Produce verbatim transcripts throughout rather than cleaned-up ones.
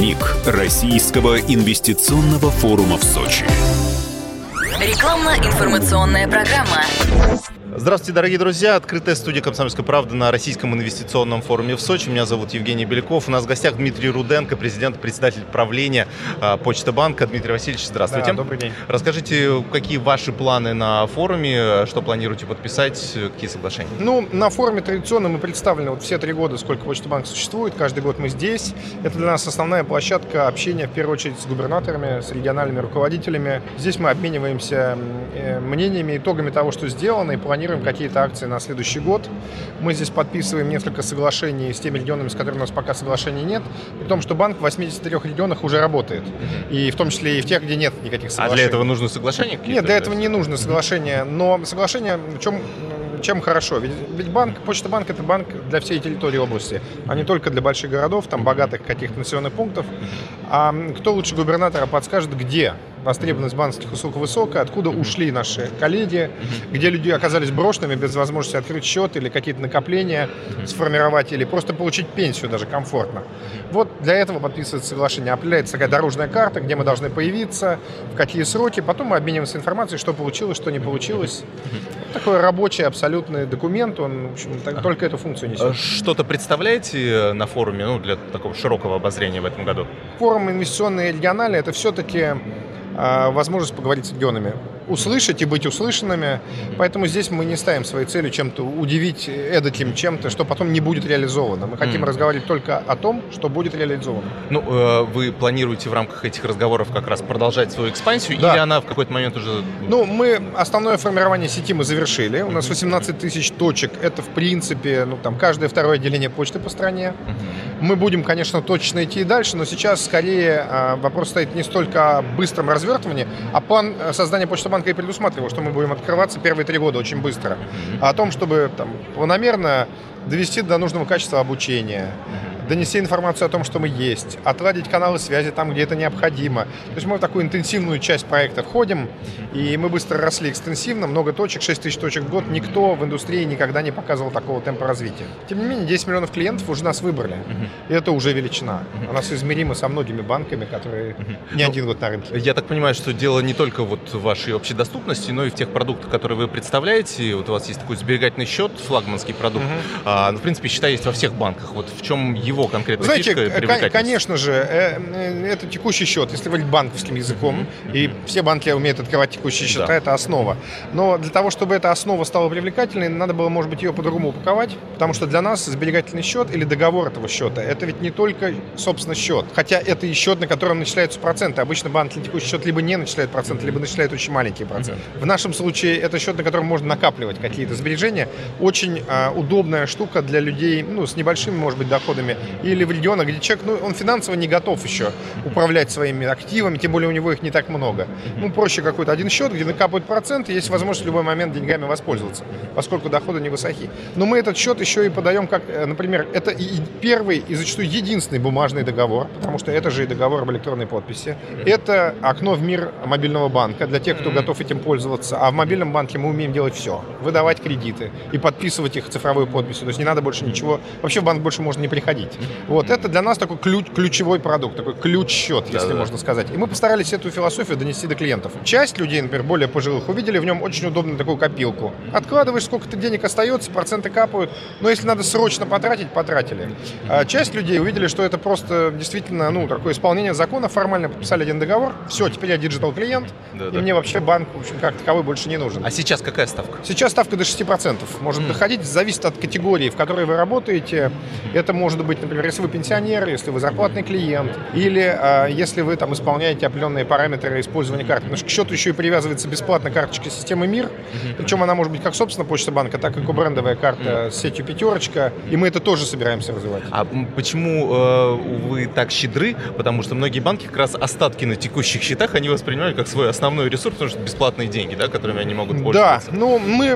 Проводник Российского инвестиционного форума в Сочи. Рекламно-информационная программа. Здравствуйте, дорогие друзья. Открытая студия «Комсомольской правды» на Российском инвестиционном форуме в Сочи. Меня зовут Евгений Беляков. У нас в гостях Дмитрий Руденко, президент, председатель правления Почта Банка. Дмитрий Васильевич, здравствуйте. Да, добрый день. Расскажите, какие ваши планы на форуме, что планируете подписать, какие соглашения? Ну, на форуме традиционно мы представлены вот все три года, сколько Почта Банк существует. Каждый год мы здесь. Это для нас основная площадка общения, в первую очередь, с губернаторами, с региональными руководителями. Здесь мы обмениваемся мнениями, итогами того, что сделано, и планируем какие-то акции на следующий год. Мы здесь подписываем несколько соглашений с теми регионами, с которыми у нас пока соглашений нет, при том, что банк в восьмидесяти трёх регионах уже работает. И в том числе и в тех, где нет никаких соглашений. А для этого нужно соглашение какие-то? Нет, для этого не нужно соглашение. Но соглашение в чем... Чем хорошо? Ведь, ведь банк, Почта Банк — это банк для всей территории области, а не только для больших городов, там, богатых каких-то населенных пунктов. А кто лучше губернатора подскажет, где востребованность банковских услуг высокая, откуда ушли наши коллеги, где люди оказались брошенными без возможности открыть счет или какие-то накопления сформировать, или просто получить пенсию даже комфортно. Вот для этого подписывается соглашение. Определяется такая дорожная карта, где мы должны появиться, в какие сроки. Потом мы обмениваемся информацией, что получилось, что не получилось. Такой рабочий абсолютный документ, он, в общем, только эту функцию несет. Что-то представляете на форуме, ну, для такого широкого обозрения в этом году? Форум инвестиционный и региональный — это все-таки э, возможность поговорить с регионами, услышать и быть услышанными. Поэтому здесь мы не ставим своей целью чем-то удивить эдаким чем-то, что потом не будет реализовано. Мы хотим mm. разговаривать только о том, что будет реализовано. Ну, э, вы планируете в рамках этих разговоров как раз продолжать свою экспансию, да. Или она в какой-то момент уже... Ну, мы основное формирование сети мы завершили. У нас восемнадцать тысяч точек. Это, в принципе, ну, там, каждое второе отделение почты по стране. Mm-hmm. Мы будем, конечно, точно идти и дальше, но сейчас скорее э, вопрос стоит не столько о быстром развертывании, а план создания Почты Банка и предусматривал, что мы будем открываться первые три года очень быстро. Mm-hmm. А о том, чтобы там планомерно довести до нужного качества обучения, mm-hmm. донести информацию о том, что мы есть, отладить каналы связи там, где это необходимо. То есть мы в такую интенсивную часть проекта входим, и мы быстро росли экстенсивно, много точек, шесть тысяч точек в год. Никто в индустрии никогда не показывал такого темпа развития. Тем не менее, десять миллионов клиентов уже нас выбрали. Mm-hmm. И это уже величина. Mm-hmm. Она соизмерима со многими банками, которые mm-hmm. не ну, один год на рынке. Я так понимаю, что дело не только вот в вашей общей доступности, но и в тех продуктах, которые вы представляете. Вот у вас есть такой сберегательный счет, флагманский продукт. Mm-hmm. А, ну, в принципе, счета есть во всех банках. Вот в чем его конкретно Знаете, фишка и привлекательность? Конечно же, это текущий счет, если говорить банковским языком, mm-hmm. и все банки умеют открывать текущие счета, да. Это основа. Но для того, чтобы эта основа стала привлекательной, надо было, может быть, ее по-другому упаковать, потому что для нас сберегательный счет или договор этого счета, это ведь не только, собственно, счет. Хотя это и счет, на котором начисляются проценты. Обычно банк на текущий счет либо не начисляет проценты, либо начисляет очень маленькие проценты. Mm-hmm. В нашем случае это счет, на котором можно накапливать какие-то сбережения. Очень а, удобная штука для людей, ну, с небольшими, может быть, доходами, или в регионах, где человек, ну, он финансово не готов еще управлять своими активами, тем более у него их не так много. Ну, проще какой-то один счет, где накапывают проценты, есть возможность в любой момент деньгами воспользоваться, поскольку доходы невысоки. Но мы этот счет еще и подаем как, например, это и первый и зачастую единственный бумажный договор, потому что это же и договор об электронной подписи. Это окно в мир мобильного банка для тех, кто готов этим пользоваться. А в мобильном банке мы умеем делать все. Выдавать кредиты и подписывать их цифровой подписью. То есть не надо больше ничего. Вообще в банк больше можно не приходить. Вот. Это для нас такой ключ, ключевой продукт, такой ключ-счет, если да, можно да. сказать. И мы постарались эту философию донести до клиентов. Часть людей, например, более пожилых, увидели в нем очень удобную такую копилку. Откладываешь, сколько-то денег остается, проценты капают, но если надо срочно потратить, потратили. А часть людей увидели, что это просто действительно, ну, такое исполнение закона, формально подписали один договор, все, теперь я диджитал-клиент, да, и да. мне вообще банк, в общем, как таковой больше не нужен. А сейчас какая ставка? Сейчас ставка до шести процентов. Может mm. доходить, зависит от категории, в которой вы работаете. Это может быть, например, если вы пенсионер, если вы зарплатный клиент, или а, если вы там исполняете определенные параметры использования карты. Потому что к счету еще и привязывается бесплатно карточка системы МИР, mm-hmm. причем она может быть как собственно Почта Банка, так и кобрендовая карта mm-hmm. с сетью «Пятерочка», и мы это тоже собираемся развивать. А почему э, вы так щедры? Потому что многие банки как раз остатки на текущих счетах они воспринимают как свой основной ресурс, потому что бесплатные деньги, да, которыми они могут пользоваться. Да, ну мы...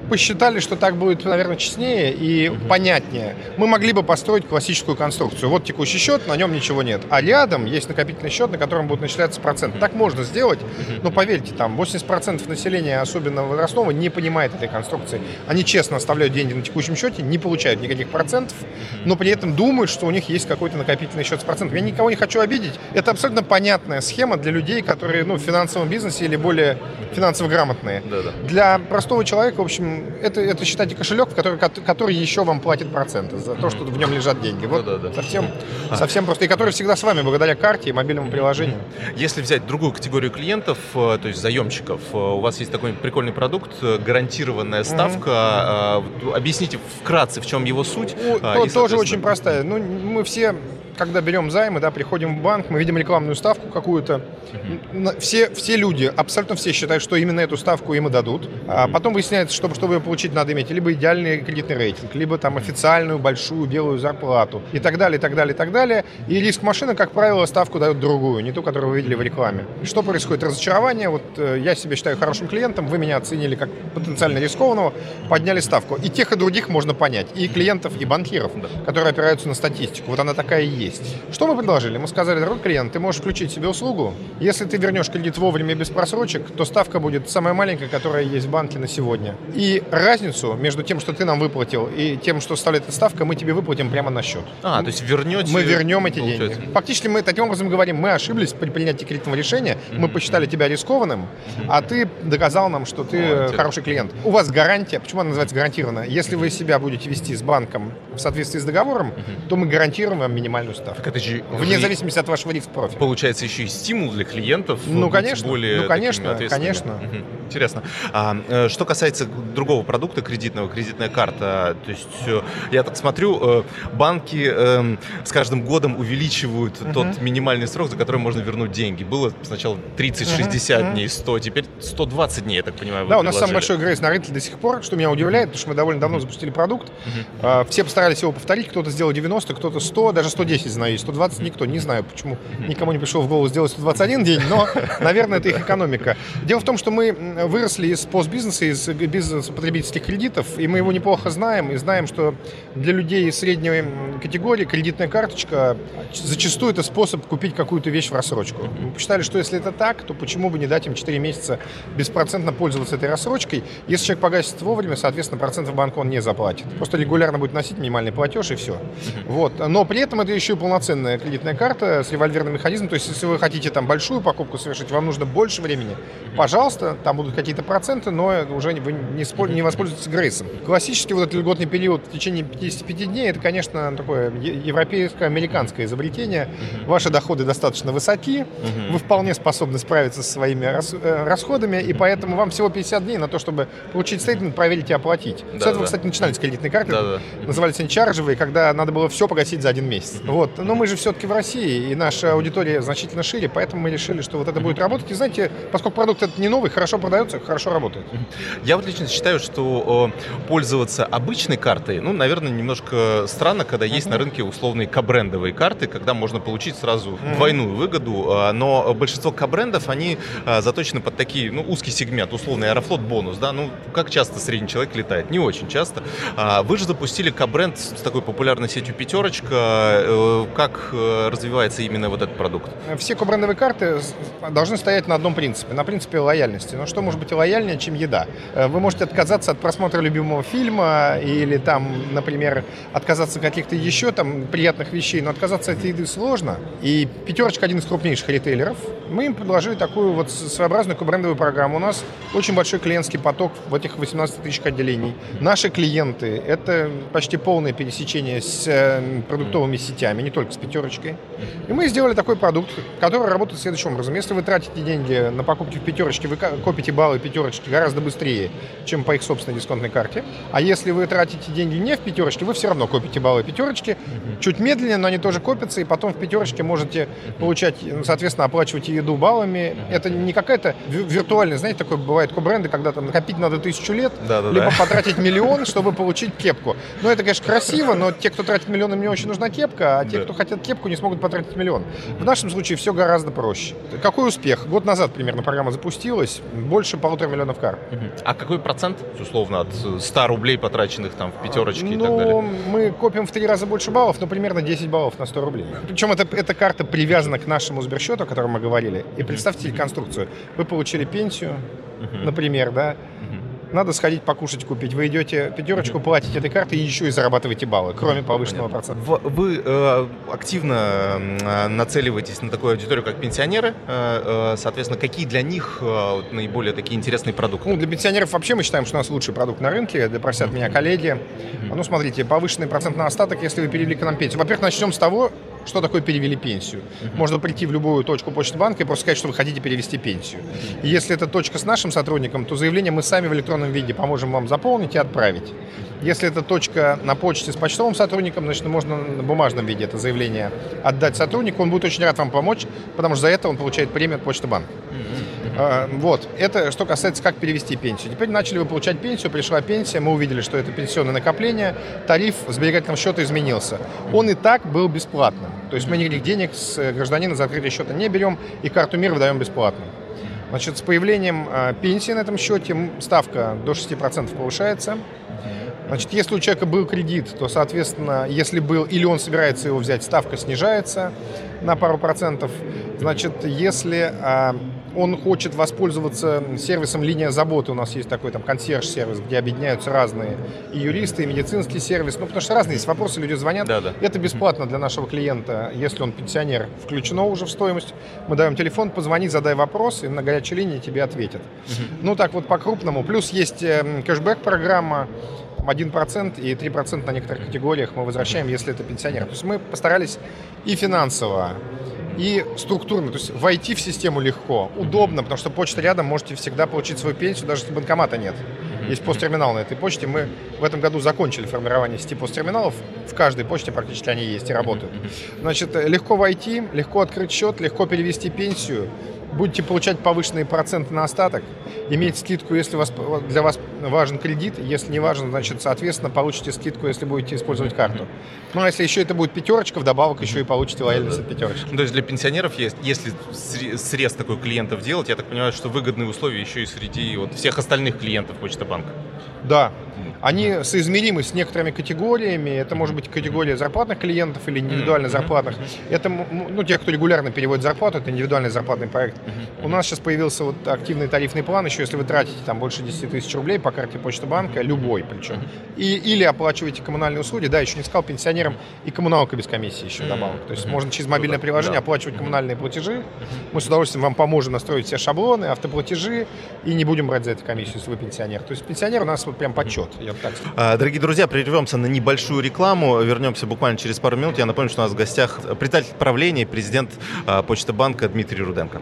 посчитали, что так будет, наверное, честнее и uh-huh. понятнее. Мы могли бы построить классическую конструкцию. Вот текущий счет, на нем ничего нет. А рядом есть накопительный счет, на котором будут начисляться проценты. Так можно сделать, uh-huh. но поверьте, там восемьдесят процентов населения, особенно возрастного, не понимает этой конструкции. Они честно оставляют деньги на текущем счете, не получают никаких процентов, uh-huh. но при этом думают, что у них есть какой-то накопительный счет с процентами. Я никого не хочу обидеть. Это абсолютно понятная схема для людей, которые ну, в финансовом бизнесе или более финансово грамотные. Да-да. Для простого человека, в общем, это, это считайте кошелек, в который, который еще вам платит проценты за то, что в нем лежат деньги. Вот да, да, да. Совсем, а. совсем просто. И который всегда с вами, благодаря карте и мобильному приложению. Если взять другую категорию клиентов, то есть заемщиков, у вас есть такой прикольный продукт, гарантированная ставка. Mm-hmm. Объясните вкратце, в чем его суть. Ну, то, и, тоже очень простая. Ну, мы все... Когда берем займы, да, приходим в банк, мы видим рекламную ставку какую-то. Uh-huh. Все, все люди, абсолютно все считают, что именно эту ставку им и дадут. Uh-huh. А потом выясняется, что чтобы ее получить, надо иметь либо идеальный кредитный рейтинг, либо там официальную большую белую зарплату и так далее, и так далее, и так далее. И риск машины, как правило, ставку дает другую, не ту, которую вы видели в рекламе. Что происходит? Разочарование. Вот э, я себя считаю хорошим клиентом, вы меня оценили как потенциально рискованного, подняли ставку. И тех, и других можно понять. И клиентов, и банкиров, uh-huh. которые опираются на статистику. Вот она такая и есть. Что мы предложили? Мы сказали: дорогой клиент, ты можешь включить себе услугу. Если ты вернешь кредит вовремя без просрочек, то ставка будет самая маленькая, которая есть в банке на сегодня. И разницу между тем, что ты нам выплатил, и тем, что составляет эта ставка, мы тебе выплатим прямо на счет. А, то есть вернете... Мы вернем эти получается. деньги. Фактически мы таким образом говорим: мы ошиблись при принятии кредитного решения, mm-hmm. мы посчитали тебя рискованным, mm-hmm. а ты доказал нам, что ты oh, хороший клиент. У вас гарантия, почему она называется гарантированная? Если вы себя будете вести с банком в соответствии с договором, mm-hmm. то мы гарантируем вам минимальную ставку. Это же, вне зависимости от вашего риск-профиля. Получается еще и стимул для клиентов. Ну, конечно. Более ну, конечно, конечно. Угу. Интересно. А, что касается другого продукта кредитного, кредитная карта, то есть я так смотрю, банки с каждым годом увеличивают uh-huh. тот минимальный срок, за который можно вернуть деньги. Было сначала тридцать-шестьдесят uh-huh. дней, сто, теперь сто двадцать дней, я так понимаю. Да, у нас самый большой грейс на рынке до сих пор, что меня удивляет, потому что мы довольно давно запустили продукт. Uh-huh. Все постарались его повторить, кто-то сделал девяносто, кто-то сто, даже сто десять знаю, сто двадцать никто, не знаю, почему никому не пришло в голову сделать сто двадцать один день, но, наверное, это их экономика. Дело в том, что мы выросли из постбизнеса, из бизнеса потребительских кредитов, и мы его неплохо знаем, и знаем, что для людей средней категории кредитная карточка зачастую это способ купить какую-то вещь в рассрочку. Мы посчитали, что если это так, то почему бы не дать им четыре месяца беспроцентно пользоваться этой рассрочкой. Если человек погасит вовремя, соответственно, процентов банк он не заплатит. Просто регулярно будет носить минимальный платеж, и все. Вот. Но при этом это еще и полноценная кредитная карта с револьверным механизмом. То есть, если вы хотите там большую покупку совершить, вам нужно больше времени, пожалуйста, там будут какие-то проценты, но уже вы не, спо- не воспользуетесь грейсом. Классический вот этот льготный период в течение пятьдесят пять дней, это, конечно, такое европейское, американское изобретение. Uh-huh. Ваши доходы достаточно высоки, uh-huh. вы вполне способны справиться со своими рас- расходами, и поэтому вам всего пятьдесят дней на то, чтобы получить стейтмент, проверить и оплатить. Да, с этого, да. кстати, начинали с кредитной карты, да, да. назывались они чарджевые, когда надо было все погасить за один месяц. Uh-huh. Вот. Но мы же все-таки в России, и наша аудитория значительно шире, поэтому мы решили, что вот это будет работать. И знаете, поскольку продукт этот не новый, хорошо продается, хорошо работает. Я вот лично считаю, что э, пользоваться обычной картой, ну, наверное, немножко странно, когда uh-huh. есть на рынке условные кабрендовые карты, когда можно получить сразу uh-huh. двойную выгоду, э, но большинство кабрендов, они э, заточены под такие, ну, узкий сегмент, условный Аэрофлот бонус, да, ну, как часто средний человек летает? Не очень часто. А вы же запустили кабренд с такой популярной сетью «Пятерочка». Э, как э, развивается именно вот этот продукт? Все кабрендовые карты должны стоять на одном принципе, на принципе лояльности. Но что может быть лояльнее, чем еда? Вы можете отказаться от просмотра любимого фильма или там, например, отказаться от каких-то еще там приятных вещей, но отказаться от еды сложно. И «Пятерочка» один из крупнейших ритейлеров. Мы им предложили такую вот своеобразную кабрендовую программу. У нас очень большой клиентский поток в этих восемнадцати тысячах отделений. Наши клиенты — это почти полное пересечение с продуктовыми сетями, не только с «Пятерочкой». И мы сделали такой продукт, который работает следующим образом. Если вы тратите деньги на покупки в «Пятерочке», вы копите баллы «Пятерочки» гораздо быстрее, чем по их собственной дисконтной карте. А если вы тратите деньги не в «Пятерочке», вы все равно копите баллы «Пятерочки». Mm-hmm. Чуть медленнее, но они тоже копятся, и потом в «Пятерочке» можете mm-hmm. получать, соответственно, оплачивать еду баллами. Mm-hmm. Это не какая-то виртуальная, знаете, такое бывает кобренды, когда там накопить надо тысячу лет, Да-да-да. либо потратить миллион, чтобы получить кепку. Ну, это, конечно, красиво, но те, кто тратит миллионы, мне очень нужна кепка, а те, Да. кто хотят кепку, не смогут потратить миллион. В нашем случае все гораздо проще. Какой успех? Год назад примерно программа запустилась, больше полутора миллионов карт. А какой процент, условно, от ста рублей, потраченных там в пятерочке и так Ну, далее? мы копим в три раза больше баллов, но примерно десять баллов на сто рублей. Причем это, эта карта привязана к нашему Сберсчету, о котором мы говорили. И представьте себе конструкцию. Вы получили пенсию, например, да, надо сходить покушать купить. Вы идете пятерочку, платите этой картой и еще и зарабатываете баллы, кроме повышенного процента. В- Вы э, активно э, нацеливаетесь на такую аудиторию, как пенсионеры. Э, э, соответственно, какие для них э, вот наиболее такие интересные продукты? Ну, для пенсионеров вообще мы считаем, что у нас лучший продукт на рынке, это просят меня коллеги. Ну, смотрите, повышенный процент на остаток, если вы перевели к нам пенсию. Во-первых, начнем с того, что такое перевели пенсию. Можно прийти в любую точку Почты банка и просто сказать, что вы хотите перевести пенсию. И если это точка с нашим сотрудником, то заявление мы сами в электронном виде поможем вам заполнить и отправить. Если это точка на почте с почтовым сотрудником, значит, можно на бумажном виде это заявление отдать сотруднику. Он будет очень рад вам помочь, потому что за это он получает премию от Почты банка. А, Вот, это что касается, как перевести пенсию. Теперь начали вы получать пенсию, пришла пенсия, мы увидели, что это пенсионное накопление, тариф сберегательного счета изменился. Он и так был бесплатным. То есть мы никаких денег с гражданина за открытие счета не берем и карту МИР выдаем бесплатно. Значит, с появлением а, пенсии на этом счете м, ставка до шести процентов повышается. Значит, если у человека был кредит, то, соответственно, если был или он собирается его взять, ставка снижается на пару процентов. Значит, если а, он хочет воспользоваться сервисом «Линия заботы», у нас есть такой там консьерж-сервис, где объединяются разные и юристы, и медицинский сервис, ну, потому что разные есть вопросы, люди звонят. Да, да. Это бесплатно для нашего клиента, если он пенсионер, включено уже в стоимость. Мы даем телефон, позвони, задай вопрос, и на горячей линии тебе ответят. Ну, так вот по-крупному. Плюс есть э, кэшбэк-программа, один процент и три процента на некоторых категориях мы возвращаем, если это пенсионер. То есть мы постарались и финансово, и структурно. То есть войти в систему легко, удобно, потому что почта рядом, можете всегда получить свою пенсию, даже если банкомата нет. Есть посттерминал на этой почте. Мы в этом году закончили формирование сети посттерминалов. В каждой почте практически они есть и работают. Значит, легко войти, легко открыть счет, легко перевести пенсию. Будете получать повышенные проценты на остаток, иметь скидку, если у вас, для вас важен кредит, если не важен, значит, соответственно, получите скидку, если будете использовать карту. Ну, а если еще это будет пятерочка, вдобавок еще и получите лояльность от пятерочки. Ну, то есть для пенсионеров есть, если сре- срез такой клиентов делать, я так понимаю, что выгодные условия еще и среди вот всех остальных клиентов Почта банка. Да, они соизмеримы с некоторыми категориями. Это может быть категория зарплатных клиентов или индивидуально зарплатных. Это, ну, те, кто регулярно переводит зарплату, это индивидуальный зарплатный проект. У нас сейчас появился вот активный тарифный план. Еще если вы тратите там больше десяти тысяч рублей по карте Почта банка, любой причем, и, или оплачиваете коммунальные услуги, да, еще не сказал, пенсионерам и коммуналка без комиссии еще добавок. То есть можно через мобильное приложение оплачивать коммунальные платежи. Мы с удовольствием вам поможем настроить все шаблоны, автоплатежи и не будем брать за это комиссию, если вы пенсионер. То есть пенсионер у нас вот прям почет. Я бы так сказал. А, Дорогие друзья, прервемся на небольшую рекламу. Вернемся буквально через пару минут. Я напомню, что у нас в гостях председатель правления, президент а, Почта банка Дмитрий Руденко.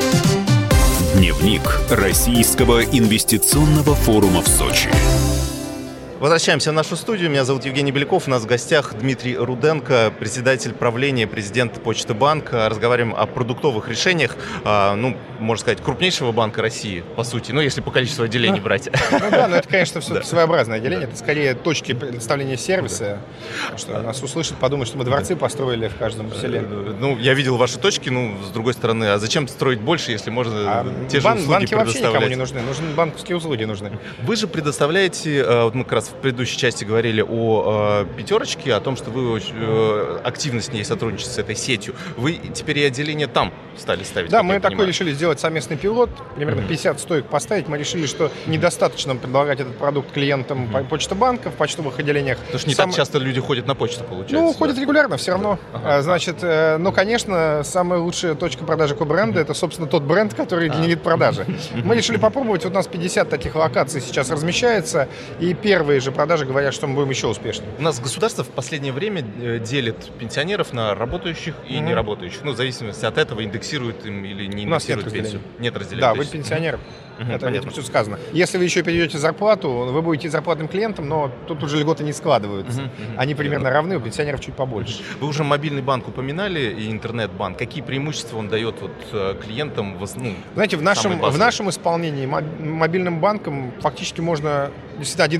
Дневник Российского инвестиционного форума в Сочи. Возвращаемся в нашу студию. Меня зовут Евгений Беляков. У нас в гостях Дмитрий Руденко, председатель правления, президент Почты банка. Разговариваем о продуктовых решениях, а, ну, можно сказать, крупнейшего банка России, по сути. Ну, если по количеству отделений брать. Ну да, но это, конечно, все Да. своеобразное отделение. Это скорее точки представления сервиса. Что нас услышат, подумают, что мы дворцы построили в каждом селе. Ну, я видел ваши точки, ну, с другой стороны, а зачем строить больше, если можно А те же бан- услуги банки вообще никому предоставлять? не нужны. Нужны банковские услуги нужны. Вы же предоставляете, э, вот мы как раз в предыдущей части говорили о э, пятерочке, о том, что вы очень, э, активно с ней сотрудничаете, с этой сетью. Вы теперь и отделение там стали ставить? Да, как мы я такой понимаю. решили сделать совместный пилот, примерно пятьдесят стоек поставить. Мы решили, что недостаточно предлагать этот продукт клиентам по- Почта банка в почтовых отделениях. Потому что не Сам- так часто люди ходят на почту, получается. Ну, да? ходят регулярно, все равно. Ага. А, Значит, э, ну, конечно, самая лучшая точка продажи бренда это, собственно, тот бренд, который генерит продажи. Мы решили попробовать. Вот у нас пятьдесят таких локаций сейчас размещается, и первые же продажи говорят, что мы будем еще успешнее. У нас государство в последнее время э, делит пенсионеров на работающих и Мгм. неработающих. Ну, в зависимости от этого, индексирует им или не У нас нет индексирует разделения. пенсию. Нет разделения. Да, То вы есть- пенсионер. Мгм, Это понятно. все сказано. Если вы еще перейдете зарплату, вы будете зарплатным клиентом, но тут уже льготы не складываются. Мгм, мгм. Они примерно равны, у пенсионеров чуть побольше. Вы уже мобильный банк упоминали и интернет-банк. Какие преимущества он дает вот, э, клиентам? в ос- Ну, Знаете, в нашем, самые в базовые. нашем исполнении моб- мобильным банком фактически можно действительно один раз прийти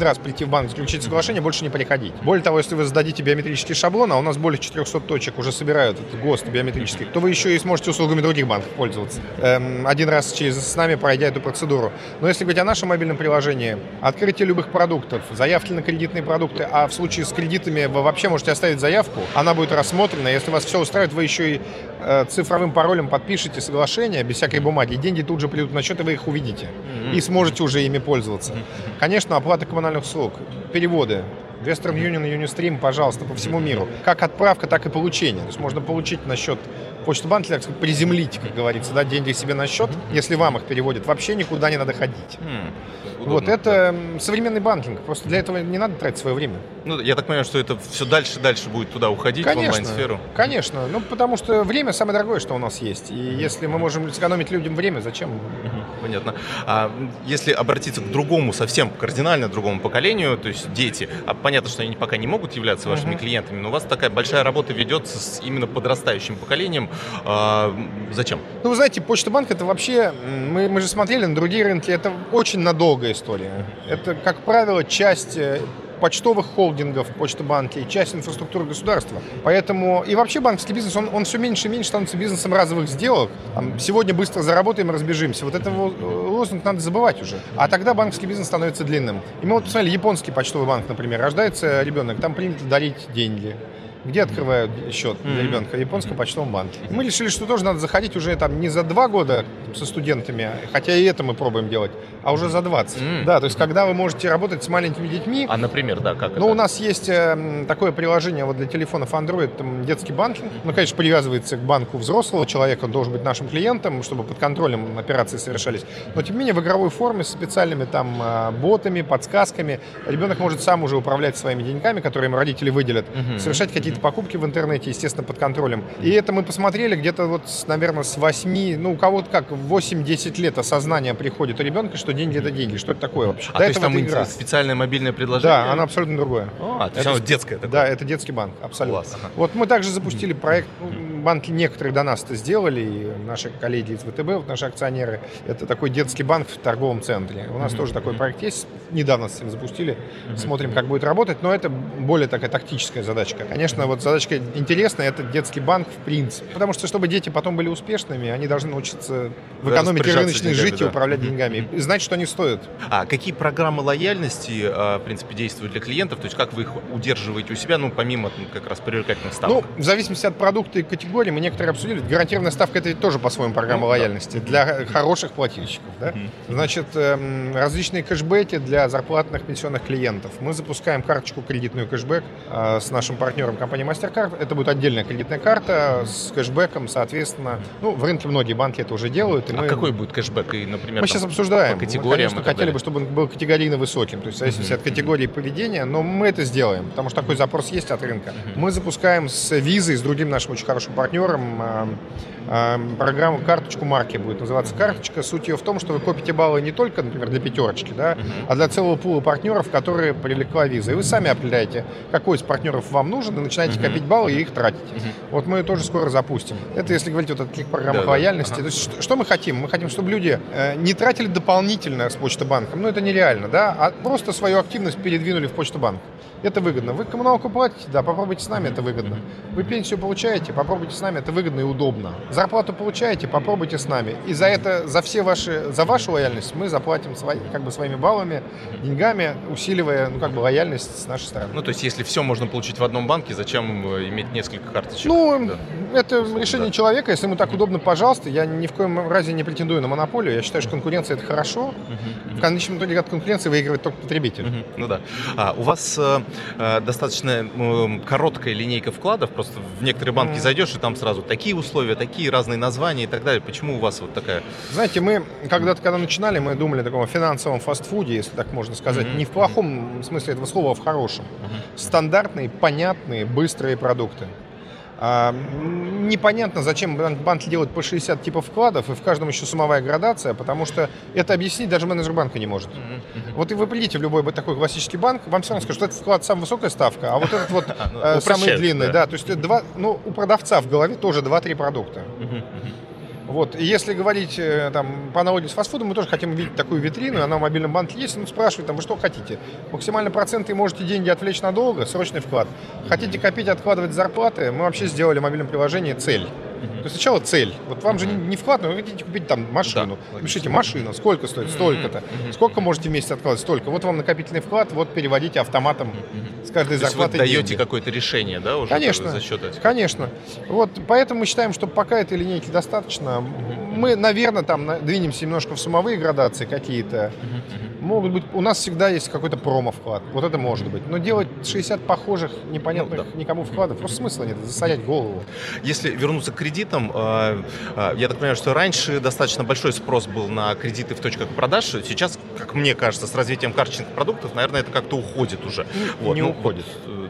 в банк, заключить соглашение, больше не приходить. Более того, если вы сдадите биометрический шаблон, а у нас более четырехсот точек уже собирают этот ГОСТ биометрический, то вы еще и сможете услугами других банков пользоваться. Эм, один раз через, с нами пройдя эту процедуру. Но если говорить о нашем мобильном приложении, открытие любых продуктов, заявки на кредитные продукты, а в случае с кредитами вы вообще можете оставить заявку, она будет рассмотрена. Если вас все устраивает, вы еще и э, цифровым паролем подпишите соглашение без всякой бумаги, деньги тут же придут на счет, и вы их увидите. Mm-hmm. И сможете уже ими пользоваться. Mm-hmm. Конечно, оплата коммунальных услуг, переводы. Western Union и Unistream, пожалуйста, по всему миру. Как отправка, так и получение. То есть можно получить на счет Почта Банка, так сказать, приземлить, как говорится, да, деньги себе на счет, если вам их переводят. Вообще никуда не надо ходить. Mm. Вот это современный банкинг. Просто для этого не надо тратить свое время. Ну, я так понимаю, что это все дальше и дальше будет туда уходить, конечно, в онлайн-сферу. Конечно. Ну, потому что время самое дорогое, что у нас есть. И если мы можем сэкономить людям время, зачем? Понятно. А если обратиться к другому, совсем кардинально другому поколению, то есть дети, а понятно, что они пока не могут являться вашими uh-huh. клиентами, но у вас такая большая работа ведется с именно подрастающим поколением. А, зачем? Ну, вы знаете, Почта Банк это вообще, мы, мы же смотрели на другие рынки, это очень надолгая история. Это, как правило, часть почтовых холдингов, Почта Банки, часть инфраструктуры государства. Поэтому и вообще банковский бизнес, он, он все меньше и меньше становится бизнесом разовых сделок. Там, сегодня быстро заработаем, разбежимся. Вот это лозунг надо забывать уже. А тогда банковский бизнес становится длинным. И мы вот посмотрели, японский почтовый банк, например, рождается ребенок, там принято дарить деньги. Где открывают счет для ребенка? В японском почтовом банке. Мы решили, что тоже надо заходить уже там не за два года со студентами, хотя и это мы пробуем делать, а уже за двадцать. Mm-hmm. Да, то есть когда вы можете работать с маленькими детьми. А, например, да, как это? Ну, у нас есть э, такое приложение вот для телефонов Android, там, детский банкинг. Ну, конечно, привязывается к банку взрослого человека, он должен быть нашим клиентом, чтобы под контролем операции совершались. Но, тем не менее, в игровой форме с специальными там э, ботами, подсказками ребенок может сам уже управлять своими деньгами, которые ему родители выделят, mm-hmm. совершать какие-то покупки в интернете, естественно, под контролем. И это мы посмотрели где-то вот, наверное, с восьми, ну, у кого-то как, восемь-десять лет осознание приходит у ребенка, что деньги — это деньги, что это такое вообще. А то есть там игра. Специальное мобильное предложение? Да, оно абсолютно другое. А, то есть оно детское такое? Да, это детский банк, абсолютно. Класс. Ага. Вот мы также запустили проект, банки некоторые до нас это сделали, и наши коллеги из ВТБ, вот наши акционеры, это такой детский банк в торговом центре. У нас mm-hmm. тоже такой проект есть, недавно с ним запустили, mm-hmm. смотрим, как будет работать, но это более такая тактическая задачка. Конечно, вот задачка интересная, это детский банк в принципе, потому что, чтобы дети потом были успешными, они должны научиться в экономике рыночной жить и да. управлять деньгами, mm-hmm. и знать, что они стоят. А какие программы лояльности, в принципе, действуют для клиентов, то есть как вы их удерживаете у себя, ну, помимо как раз привлекательных ставок? Ну, в зависимости от продукта и категории, мы некоторые обсудили, гарантированная ставка — это тоже по-своему программа ну, лояльности да. для хороших плательщиков. Да? Mm-hmm. Значит, эм, различные кэшбэки для зарплатных пенсионных клиентов. Мы запускаем карточку кредитную кэшбэк э, с нашим партнером компанией MasterCard. Это будет отдельная кредитная карта с кэшбэком, соответственно. Ну, в рынке многие банки это уже делают. И а мы... какой будет кэшбэк? И, например, мы там, сейчас обсуждаем. По категориям. Мы, конечно, хотели бы, чтобы он был категорийно высоким, то есть в зависимости mm-hmm. от категории поведения, но мы это сделаем, потому что такой запрос есть от рынка. Mm-hmm. Мы запускаем с Visa, с другим нашим очень хорошим партнером, программу, карточку марки будет называться карточка. Суть ее в том, что вы копите баллы не только, например, для пятерочки, да, uh-huh. а для целого пула партнеров, которые привлекла Visa. И вы сами определяете, какой из партнеров вам нужен, и начинаете uh-huh. копить баллы и их тратить. Uh-huh. Вот мы тоже скоро запустим. Это если говорить вот о таких программах да, лояльности. Да. Uh-huh. То есть что, что мы хотим? Мы хотим, чтобы люди э, не тратили дополнительно с Почта-банком, ну это нереально, да, а просто свою активность передвинули в Почта-банк. Это выгодно. Вы коммуналку платите, да, попробуйте с нами, это выгодно. Вы пенсию получаете, попробуйте с нами, это выгодно и удобно. Зарплату получаете, попробуйте с нами. И за это, за все ваши, за вашу лояльность мы заплатим свои, как бы своими баллами, деньгами, усиливая, ну, как бы лояльность с нашей стороны. Ну, то есть, если все можно получить в одном банке, зачем иметь несколько карточек? Ну, да. это решение да. человека. Если ему так удобно, пожалуйста. Я ни в коем разе не претендую на монополию. Я считаю, что конкуренция — это хорошо. Uh-huh. В конечном итоге от конкуренции выигрывает только потребитель. Uh-huh. Ну да. А, у вас э, достаточно э, короткая линейка вкладов. Просто в некоторые банки uh-huh. зайдешь, и там сразу такие условия, такие разные названия и так далее. Почему у вас вот такая... Знаете, мы когда-то, когда начинали, мы думали о таком финансовом фастфуде, если так можно сказать. Uh-huh. Не в плохом смысле этого слова, а в хорошем. Uh-huh. Стандартные, понятные, быстрые продукты. А, непонятно, зачем банки делают по шестьдесят типов вкладов, и в каждом еще суммовая градация, потому что это объяснить даже менеджер банка не может. Mm-hmm. Вот и вы придите в любой такой классический банк, вам все равно скажут, что этот вклад самая высокая ставка, а вот этот вот самый длинный. Да, то есть два, ну, у продавца в голове тоже два-три продукта. Вот. И если говорить там, по аналогии с фастфудом, мы тоже хотим увидеть такую витрину, она в мобильном банке есть, ну, спрашивают, там, вы что хотите? Максимально проценты можете деньги отвлечь надолго, срочный вклад. Хотите копить, откладывать зарплаты, мы вообще сделали в мобильном приложении цель. То есть сначала цель. Вот вам же не, не вклад, но вы хотите купить там машину. Да, пишите машину, сколько стоит, столько-то. Сколько можете в месяц откладывать, столько. Вот вам накопительный вклад, вот переводите автоматом с каждой зарплаты. То есть вы даете какое-то решение, да, уже конечно, за счет этого? Конечно. Вот поэтому мы считаем, что пока этой линейки достаточно. Мы, наверное, там двинемся немножко в суммовые градации какие-то. Могут быть, у нас всегда есть какой-то промо-вклад. Вот это может быть. Но делать шестьдесят похожих, непонятных ну, да. никому вкладов, просто смысла нет, засорять голову. Если вернуться к кредитам, я так понимаю, что раньше достаточно большой спрос был на кредиты в точках продаж. Сейчас, как мне кажется, с развитием карточных продуктов, наверное, это как-то уходит уже. Вот. Не ну, уходит.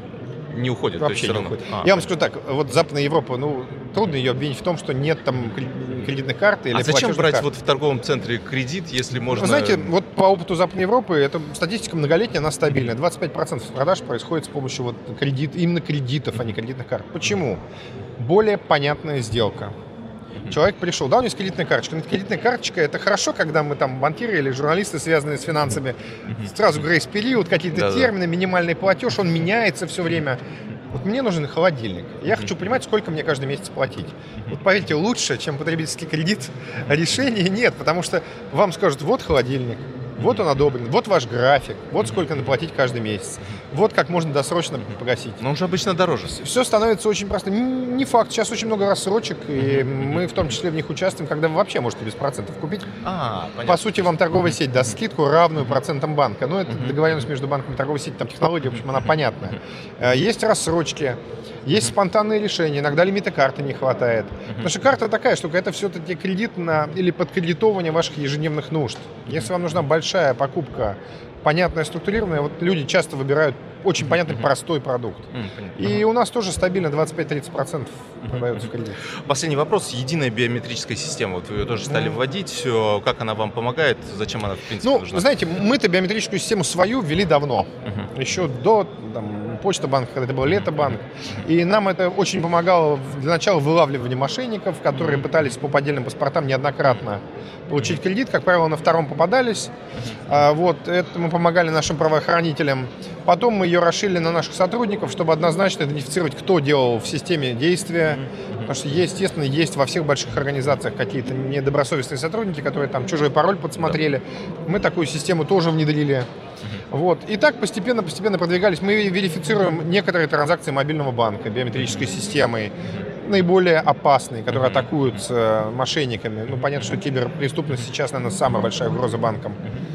Не уходит. Вообще не уходит. А, я вам скажу так, вот Западная Европа, ну, трудно ее обвинить в том, что нет там кредитных карт или а зачем брать карт? Вот в торговом центре кредит, если можно... Вы знаете, вот по опыту Западной Европы, эта статистика многолетняя, она стабильная. двадцать пять процентов продаж происходит с помощью вот кредит, именно кредитов, а не кредитных карт. Почему? Более понятная сделка. Человек пришел, да, у него есть кредитная карточка. Но кредитная карточка — это хорошо, когда мы там банкиры или журналисты, связанные с финансами, сразу грейс-период, какие-то да, термины, да. минимальный платеж, он меняется все время. Вот мне нужен холодильник. Я хочу понимать, сколько мне каждый месяц платить. Вот поверьте, лучше, чем потребительский кредит, решения нет, потому что вам скажут, вот холодильник, вот он одобрен, вот ваш график, вот сколько надо платить каждый месяц, вот как можно досрочно погасить. Но он же обычно дороже. Все становится очень просто. Не факт, сейчас очень много рассрочек, и мы в том числе в них участвуем, когда вы вообще можете без процентов купить. А, по сути, вам торговая сеть даст скидку, равную процентам банка. Но это договоренность между банком и торговой сетью, там технология, в общем, она понятная. Есть рассрочки, есть спонтанные решения, иногда лимита карты не хватает. Потому что карта такая штука, это все-таки кредит на, или подкредитование ваших ежедневных нужд. Если вам нужна большая покупка, понятная, структурированная, вот люди часто выбирают очень понятный, простой продукт. И у нас тоже стабильно двадцать пять-тридцать процентов продается в кредит. Последний вопрос. Единая биометрическая система. Вот вы ее тоже стали вводить. Как она вам помогает? Зачем она, в принципе, ну, нужна? Ну, знаете, мы-то биометрическую систему свою ввели давно. Uh-huh. Еще до там, Почта банка, когда это был Лето-банк. И нам это очень помогало для начала вылавливания мошенников, которые пытались по поддельным паспортам неоднократно получить кредит. Как правило, на втором попадались. А, вот, это мы помогали нашим правоохранителям. Потом мы ее расширили на наших сотрудников, чтобы однозначно идентифицировать, кто делал в системе действия. Потому что, естественно, есть во всех больших организациях какие-то недобросовестные сотрудники, которые там чужой пароль подсмотрели. Мы такую систему тоже внедрили. Вот. И так постепенно-постепенно продвигались. Мы верифицируем некоторые транзакции мобильного банка биометрической системой, наиболее опасные, которые атакуются мошенниками. Ну, понятно, что киберпреступность сейчас, наверное, самая большая угроза банкам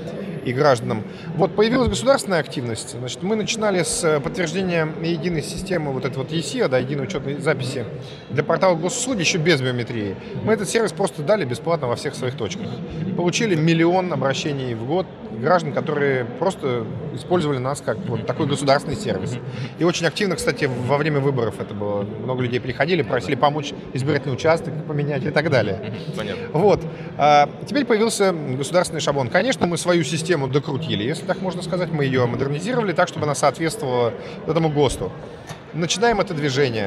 и гражданам. Вот появилась государственная активность. Значит, мы начинали с подтверждения единой системы, вот этой вот ЕСИА, да, единой учетной записи для портала госуслуги еще без биометрии. Мы этот сервис просто дали бесплатно во всех своих точках. Получили миллион обращений в год граждан, которые просто использовали нас как вот такой государственный сервис. И очень активно, кстати, во время выборов это было. Много людей приходили, просили помочь избирательный участок поменять и так далее. Понятно. Вот. А теперь появился государственный шаблон. Конечно, мы свою систему докрутили, если так можно сказать. Мы ее модернизировали так, чтобы она соответствовала этому ГОСТу. Начинаем это движение.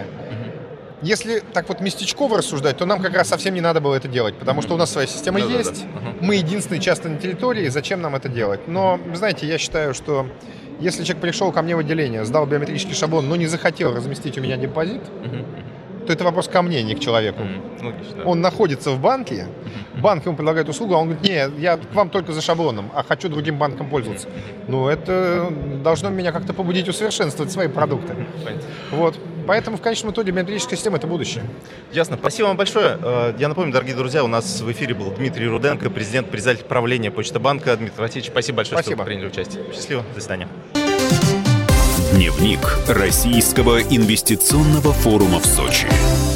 Если так вот местечково рассуждать, то нам как раз совсем не надо было это делать, потому что у нас своя система да, есть, да, да. Мы единственные часто на территории, зачем нам это делать? Но, знаете, я считаю, что если человек пришел ко мне в отделение, сдал биометрический шаблон, но не захотел разместить у меня депозит, то это вопрос ко мне, не к человеку. Логично. Он находится в банке, банк ему предлагает услугу, а он говорит, не, я к вам только за шаблоном, а хочу другим банком пользоваться. Ну, это должно меня как-то побудить усовершенствовать свои продукты. Вот. Поэтому в конечном итоге биометрическая система – это будущее. Ясно. Спасибо вам большое. Я напомню, дорогие друзья, у нас в эфире был Дмитрий Руденко, президент, председатель правления Почта банка. Дмитрий Васильевич, спасибо большое, спасибо. Что вы приняли участие. Счастливо. До свидания. Дневник Российского инвестиционного форума в Сочи.